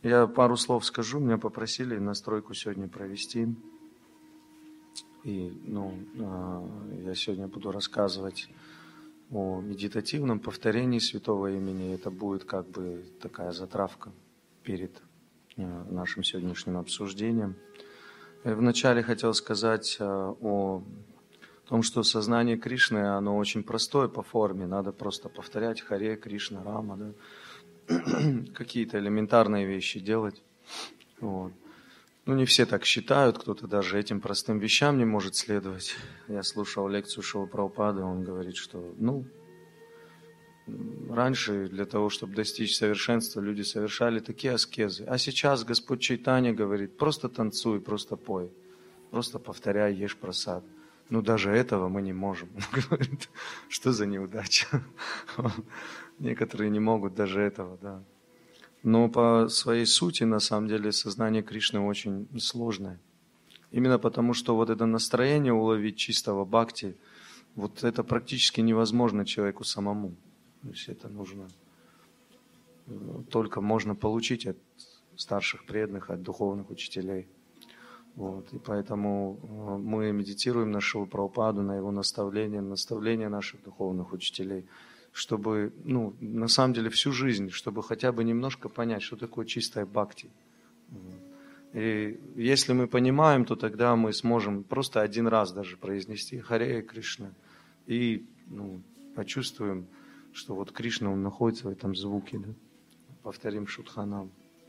Я пару слов скажу. Меня попросили настройку сегодня провести. И я сегодня буду рассказывать о медитативном повторении святого имени. Это будет как бы такая затравка перед нашим сегодняшним обсуждением. Я вначале хотел сказать о том, что сознание Кришны, оно очень простое по форме. Надо просто повторять Харе, Кришна, Рама, да? Какие-то элементарные вещи делать. Вот. Не все так считают, кто-то даже этим простым вещам не может следовать. Я слушал лекцию Шрилы Прабхупады, он говорит, что раньше для того, чтобы достичь совершенства, люди совершали такие аскезы. А сейчас Господь Чайтанья говорит, просто танцуй, просто пой, просто повторяй, ешь прасад. Даже этого мы не можем. Он говорит, что за неудача? Некоторые не могут даже этого, да. Но по своей сути, на самом деле, сознание Кришны очень сложное. Именно потому, что вот это настроение уловить чистого бхакти, вот это практически невозможно человеку самому. То есть это нужно, только можно получить от старших преданных, от духовных учителей. Вот. И поэтому мы медитируем на Шрилу Прабхупаду, на его наставления наших духовных учителей, чтобы, на самом деле, всю жизнь, чтобы хотя бы немножко понять, что такое чистая бхакти. И если мы понимаем, то тогда мы сможем просто один раз даже произнести Харе Кришна и почувствуем, что вот Кришна, он находится в этом звуке. Да? Повторим Шудханам.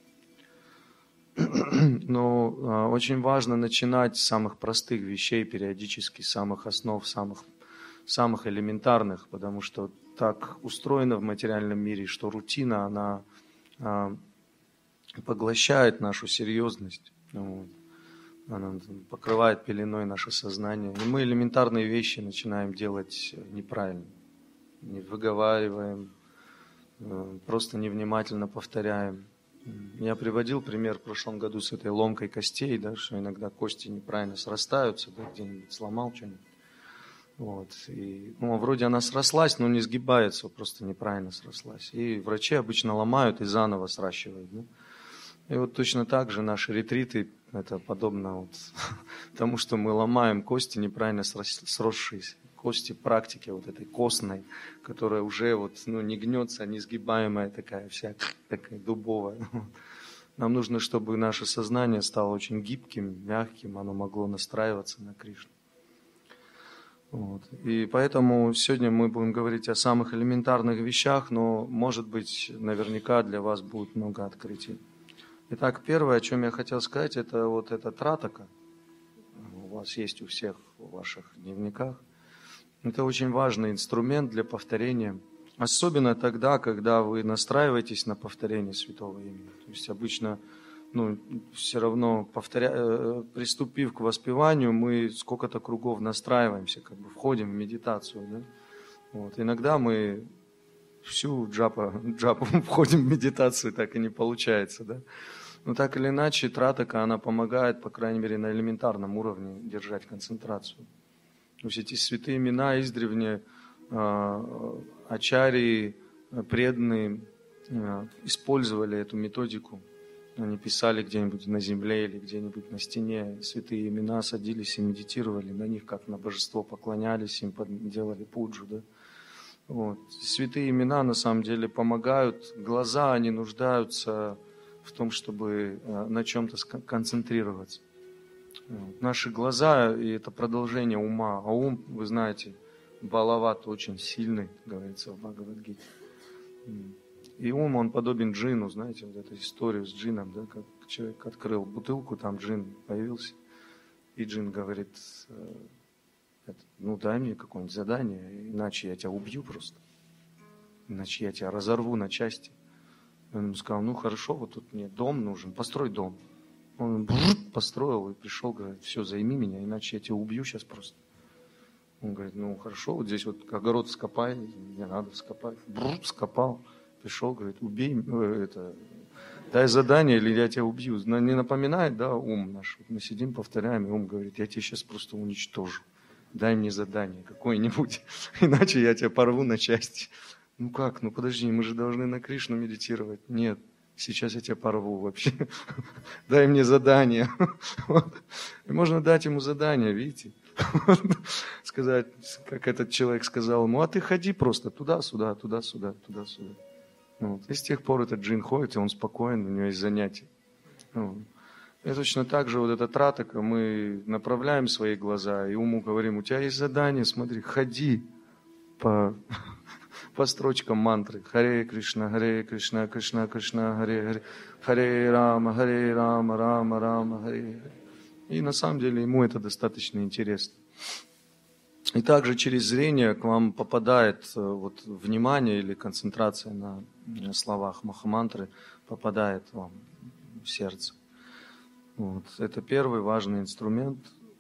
Но очень важно начинать с самых простых вещей периодически, с самых основ, самых элементарных, потому что так устроено в материальном мире, что рутина, она поглощает нашу серьезность, она покрывает пеленой наше сознание. И мы элементарные вещи начинаем делать неправильно, не выговариваем, просто невнимательно повторяем. Я приводил пример в прошлом году с этой ломкой костей, да, что иногда кости неправильно срастаются, да, где-нибудь сломал что-нибудь. Вот. И, вроде она срослась, но не сгибается, просто неправильно срослась. И врачи обычно ломают и заново сращивают. Да? И вот точно так же наши ретриты, это подобно тому, что мы ломаем кости неправильно сросшиеся. Кости практики вот этой костной, которая уже не гнется, не сгибаемая такая вся, такая дубовая. Нам нужно, чтобы наше сознание стало очень гибким, мягким, оно могло настраиваться на Кришну. Вот. И поэтому сегодня мы будем говорить о самых элементарных вещах, но, может быть, наверняка для вас будет много открытий. Итак, первое, о чем я хотел сказать, это вот эта тратака. У вас есть у всех в ваших дневниках. Это очень важный инструмент для повторения, особенно тогда, когда вы настраиваетесь на повторение святого имени. То есть обычно, все равно, приступив к воспеванию, мы сколько-то кругов настраиваемся, как бы входим в медитацию. Да? Вот. Иногда мы всю джапу входим в медитацию, так и не получается. Да? Но так или иначе, тратака, она помогает, по крайней мере, на элементарном уровне держать концентрацию. То есть эти святые имена издревле ачарьи, преданные, использовали эту методику. Они писали где-нибудь на земле или где-нибудь на стене святые имена, садились и медитировали на них, как на божество, поклонялись им, делали пуджу. Да? Вот. Святые имена на самом деле помогают. Глаза, они нуждаются в том, чтобы на чем-то концентрироваться. Наши глаза, и это продолжение ума. А ум, вы знаете, балават очень сильный, говорится в Бхагавад-гите. И ум, он подобен джину, знаете, вот эту историю с джином, да, как человек открыл бутылку, там джин появился, и джин говорит, дай мне какое-нибудь задание, иначе я тебя убью просто, иначе я тебя разорву на части. Он ему сказал, хорошо, вот тут мне дом нужен, построй дом. Он построил и пришел, говорит, все, займи меня, иначе я тебя убью сейчас просто. Он говорит, хорошо, вот здесь вот огород вскопай, мне надо вскопать. Вскопал, пришел, говорит, убей, дай задание, или я тебя убью. Не напоминает, да, ум наш? Вот мы сидим, повторяем, и ум говорит, я тебя сейчас просто уничтожу. Дай мне задание какое-нибудь, иначе я тебя порву на части. Как? Подожди, мы же должны на Кришну медитировать. Нет, сейчас я тебя порву вообще. Дай мне задание. И можно дать ему задание, видите? Сказать, как этот человек сказал ему, а ты ходи просто туда-сюда, туда-сюда, туда-сюда. И с тех пор этот джин ходит, и он спокоен, у него есть занятия. И точно так же вот эта тратака, мы направляем свои глаза и уму говорим, у тебя есть задание, смотри, ходи по строчкам мантры. Харе Кришна, Кришна Кришна, Харе Рама, Рама Рама, Харе. И на самом деле ему это достаточно интересно. И также через зрение к вам попадает вот внимание или концентрация на словах махамантры, попадает вам в сердце. Это первый важный инструмент.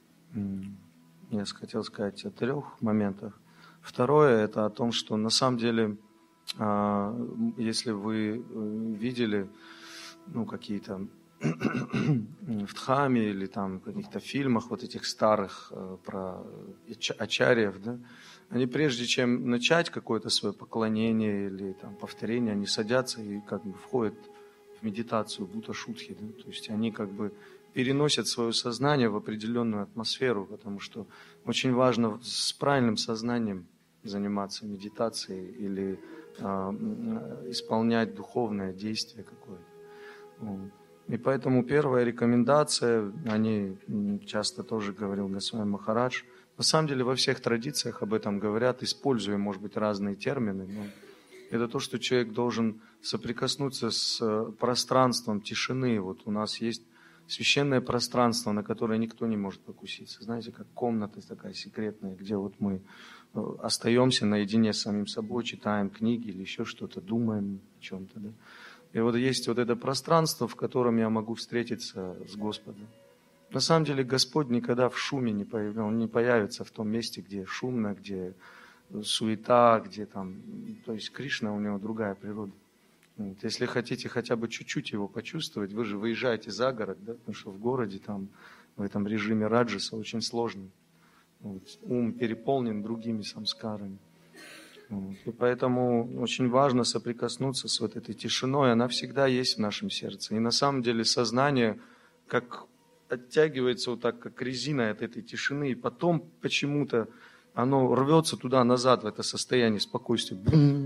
Я хотел сказать о 3 моментах. Второе, это о том, что на самом деле, если вы видели какие-то в Дхамме или там в каких-то фильмах вот этих старых про ачарьев, да, они прежде чем начать какое-то свое поклонение или там повторение, они садятся и как бы входят в медитацию будда-шутхи, да, то есть они как бы переносят свое сознание в определенную атмосферу, потому что очень важно с правильным сознанием заниматься медитацией или исполнять духовное действие какое-то. И поэтому первая рекомендация, они часто тоже говорил Госвами Махарадж, на самом деле во всех традициях об этом говорят, используя, может быть, разные термины, но это то, что человек должен соприкоснуться с пространством тишины. Вот у нас есть священное пространство, на которое никто не может покуситься. Знаете, как комната такая секретная, где вот мы остаемся наедине с самим собой, читаем книги или еще что-то, думаем о чем-то, да? И вот есть вот это пространство, в котором я могу встретиться с Господом. На самом деле Господь никогда в шуме не появится, Он не появится в том месте, где шумно, где суета, где там... То есть Кришна, у него другая природа. Если хотите хотя бы чуть-чуть его почувствовать, вы же выезжаете за город, да? Потому что в городе там, в этом режиме раджаса очень сложно. Ум переполнен другими самскарами. И поэтому очень важно соприкоснуться с вот этой тишиной, она всегда есть в нашем сердце. И на самом деле сознание как оттягивается вот так, как резина от этой тишины, и потом почему-то оно рвется туда-назад, в это состояние спокойствия.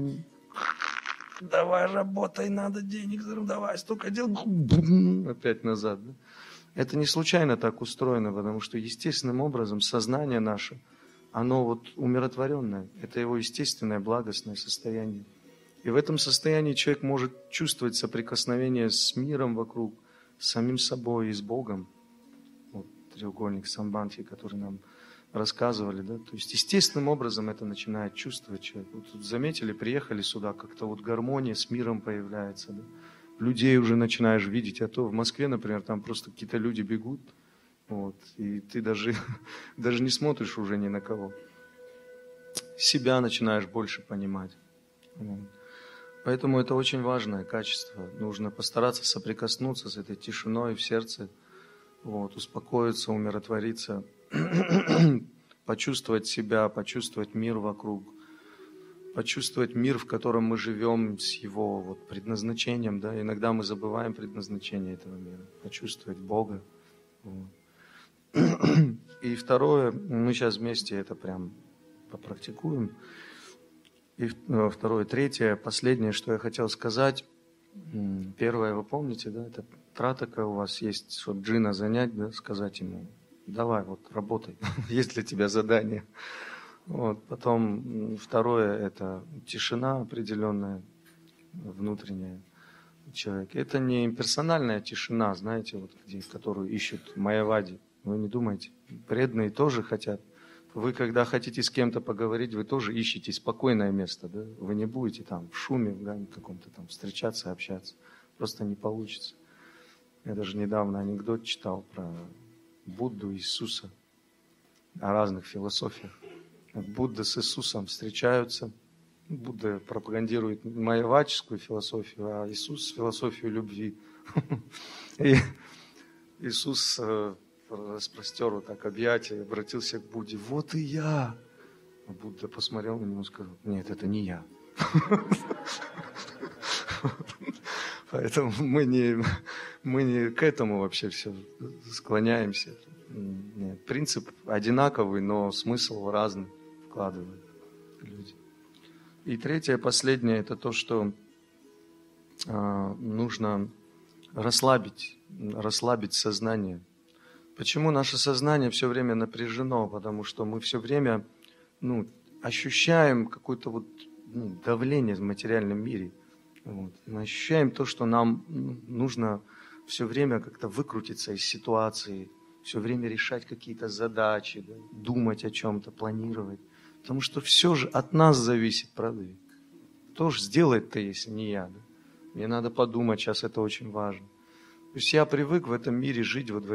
Давай работай, надо денег, давай, столько дел. Опять назад. Да? Это не случайно так устроено, потому что естественным образом сознание наше, оно вот умиротворенное, это его естественное благостное состояние. И в этом состоянии человек может чувствовать соприкосновение с миром вокруг, с самим собой и с Богом. Вот треугольник Самбандхи, который нам рассказывали, да. То есть естественным образом это начинает чувствовать человек. Вот тут заметили, приехали сюда, как-то вот гармония с миром появляется, да. Людей уже начинаешь видеть, а то в Москве, например, там просто какие-то люди бегут, вот, и ты даже не смотришь уже ни на кого. Себя начинаешь больше понимать. Вот. Поэтому это очень важное качество. Нужно постараться соприкоснуться с этой тишиной в сердце, вот, успокоиться, умиротвориться, почувствовать себя, почувствовать мир вокруг, почувствовать мир, в котором мы живем, с его вот предназначением. Да? Иногда мы забываем предназначение этого мира, почувствовать Бога. Вот. И второе, мы сейчас вместе это прям попрактикуем. И второе, третье, последнее, что я хотел сказать. Первое, вы помните, да, это тратака у вас есть, чтобы джина занять, да, сказать ему, давай, вот, работай, есть для тебя задание. Вот. Потом второе, это тишина определенная, внутренняя человека. Это не имперсональная тишина, знаете, вот, которую ищут майявади. Вы не думайте, преданные тоже хотят. Вы, когда хотите с кем-то поговорить, вы тоже ищете спокойное место. Да? Вы не будете там в шуме, в гаме каком-то там встречаться, общаться. Просто не получится. Я даже недавно анекдот читал про Будду и Иисуса, о разных философиях. Будда с Иисусом встречаются. Будда пропагандирует майявадическую философию, а Иисус философию любви. И Иисус распростер вот так объятия, обратился к Будде. Вот и я. А Будда посмотрел на него и сказал, нет, это не я. Поэтому мы не к этому вообще все склоняемся. Нет, принцип одинаковый, но смысл разный вкладывают люди. И третье, последнее, это то, что нужно расслабить сознание. Почему наше сознание все время напряжено? Потому что мы все время ощущаем какое-то давление в материальном мире. Мы ощущаем то, что нам нужно все время как-то выкрутиться из ситуации, все время решать какие-то задачи, думать о чем-то, планировать. Потому что все же от нас зависит, правда? Кто же сделает-то, если не я? Да? Мне надо подумать, сейчас это очень важно. То есть я привык в этом мире жить вот в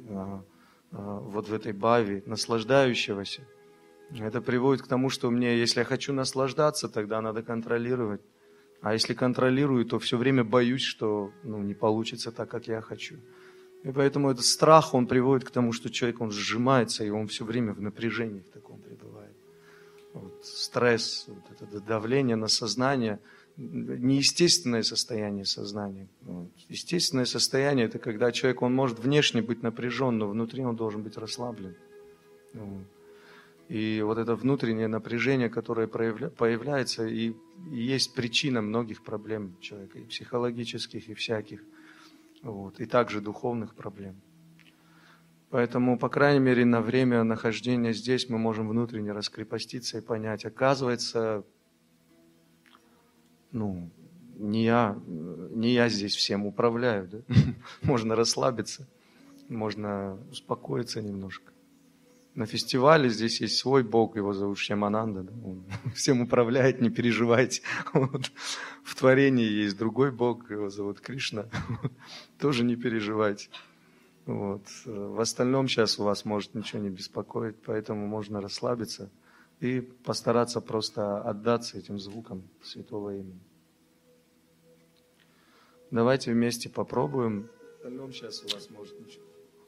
этой бхаве, наслаждающегося. Это приводит к тому, что мне, если я хочу наслаждаться, тогда надо контролировать. А если контролирую, то все время боюсь, что не получится так, как я хочу. И поэтому этот страх, он приводит к тому, что человек, он сжимается, и он все время в напряжении в таком пребывает. Стресс, это давление на сознание, неестественное состояние сознания. Естественное состояние – это когда человек, он может внешне быть напряжен, но внутри он должен быть расслаблен. И вот это внутреннее напряжение, которое появляется, и есть причина многих проблем человека, и психологических, и всяких, и также духовных проблем. Поэтому, по крайней мере, на время нахождения здесь мы можем внутренне раскрепоститься и понять, оказывается, не я здесь всем управляю, да? Можно расслабиться, можно успокоиться немножко. На фестивале здесь есть свой бог, его зовут Шьямананда. Да? Он всем управляет, не переживайте. В творении есть другой бог, его зовут Кришна. Тоже не переживайте. В остальном сейчас у вас может ничего не беспокоить, поэтому можно расслабиться и постараться просто отдаться этим звукам святого имени. Давайте вместе попробуем. В остальном сейчас у вас может ничего.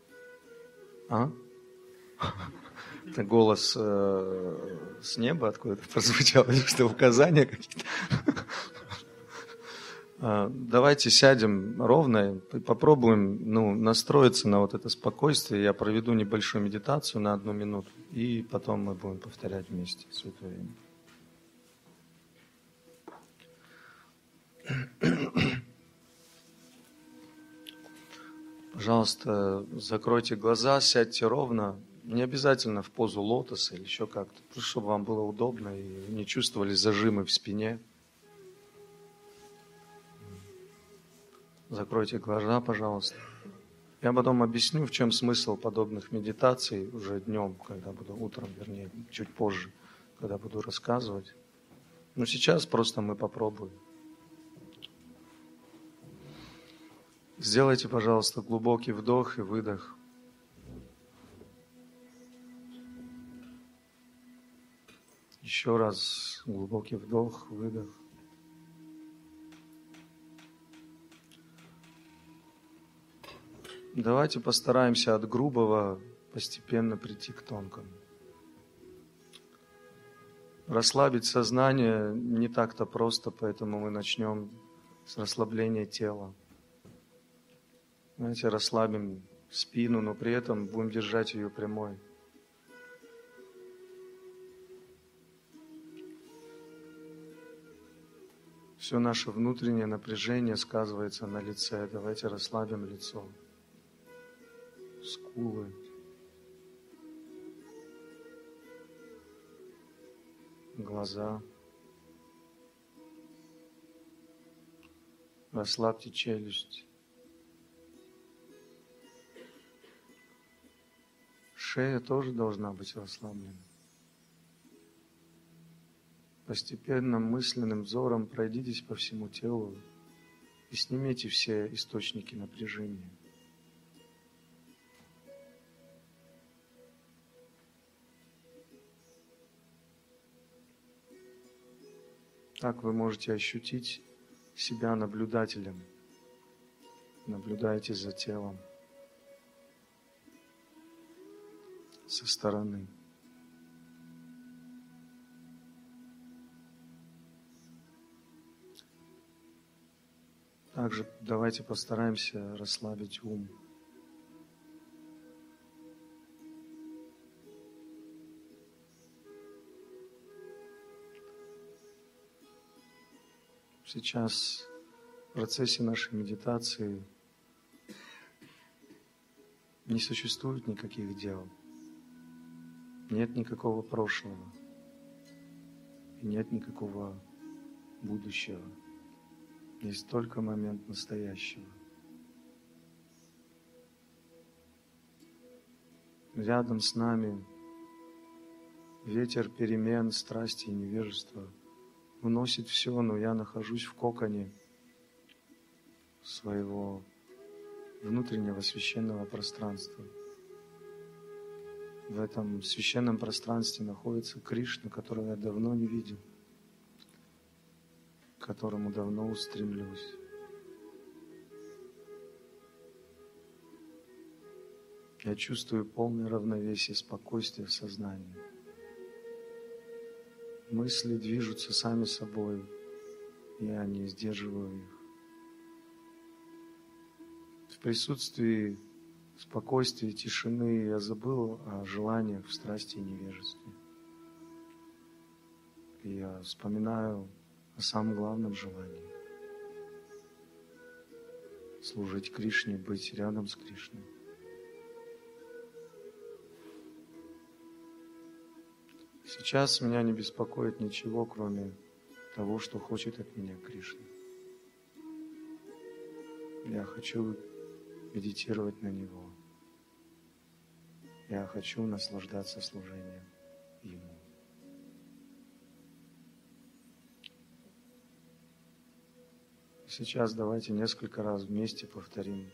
Это голос с неба откуда-то прозвучал, что указания какие-то. Давайте сядем ровно и попробуем настроиться на вот это спокойствие. Я проведу небольшую медитацию на 1 минуту, и потом мы будем повторять вместе святое имя. Пожалуйста, закройте глаза, сядьте ровно. Не обязательно в позу лотоса или еще как-то, просто чтобы вам было удобно и не чувствовали зажимы в спине. Закройте глаза, пожалуйста. Я потом объясню, в чем смысл подобных медитаций уже днем, когда буду утром, вернее, чуть позже, когда буду рассказывать. Но сейчас просто мы попробуем. Сделайте, пожалуйста, глубокий вдох и выдох. Еще раз глубокий вдох, выдох. Давайте постараемся от грубого постепенно прийти к тонкому. Расслабить сознание не так-то просто, поэтому мы начнем с расслабления тела. Знаете, расслабим спину, но при этом будем держать ее прямой. Все наше внутреннее напряжение сказывается на лице. Давайте расслабим лицо, скулы, глаза. Расслабьте челюсть. Шея тоже должна быть расслаблена. Постепенно мысленным взором пройдитесь по всему телу и снимите все источники напряжения. Так вы можете ощутить себя наблюдателем. Наблюдайте за телом со стороны. также давайте постараемся расслабить ум. Сейчас в процессе нашей медитации не существует никаких дел, нет никакого прошлого и нет никакого будущего. Есть только момент настоящего. Рядом с нами ветер перемен, страсти и невежества уносит все, но я нахожусь в коконе своего внутреннего священного пространства. В этом священном пространстве находится Кришна, которого я давно не видел, к которому давно устремлюсь. Я чувствую полное равновесие, спокойствие в сознании. Мысли движутся сами собой, я не сдерживаю их. В присутствии спокойствия, тишины я забыл о желаниях в страсти и невежестве. И я вспоминаю о самом главном желании — служить Кришне, быть рядом с Кришной. Сейчас меня не беспокоит ничего, кроме того, что хочет от меня Кришна. Я хочу медитировать на Него. Я хочу наслаждаться служением Ему. Сейчас давайте несколько раз вместе повторим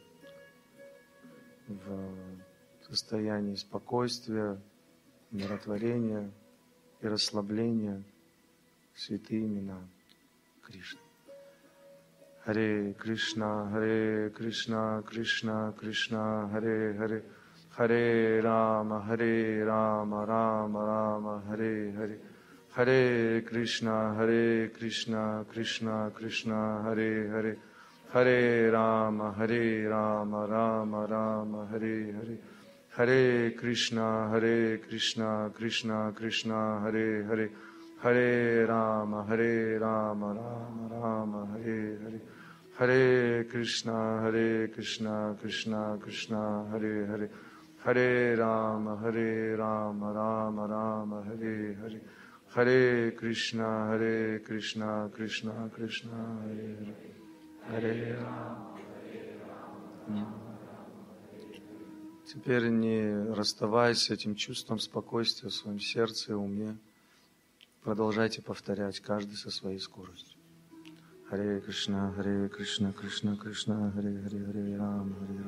в состоянии спокойствия, умиротворения и расслабления святые имена Кришны. Харе Кришна, Кришна, Кришна, Харе Харе, Харе Рама, Рама, Рама, Харе Харе. Харе Кришна, Кришна, Кришна, Харе Харе. Харе Рама, Рама, Рама, Харе Харе. Харе Кришна, Кришна, Кришна, Харе Харе. Харе Рама, Рама, Рама, Харе Харе. Харе Кришна, Кришна, Кришна, Харе Харе. Харе Рама, Рама, Рама, Харе Харе. Харе Кришна, Кришна, Кришна, Харе Харе. Харе Рама, Рама. Теперь, не расставаясь с этим чувством спокойствия в своем сердце и уме, продолжайте повторять, каждый со своей скоростью. Харе Кришна, Кришна, Кришна, Харе Харе, Харе Рама,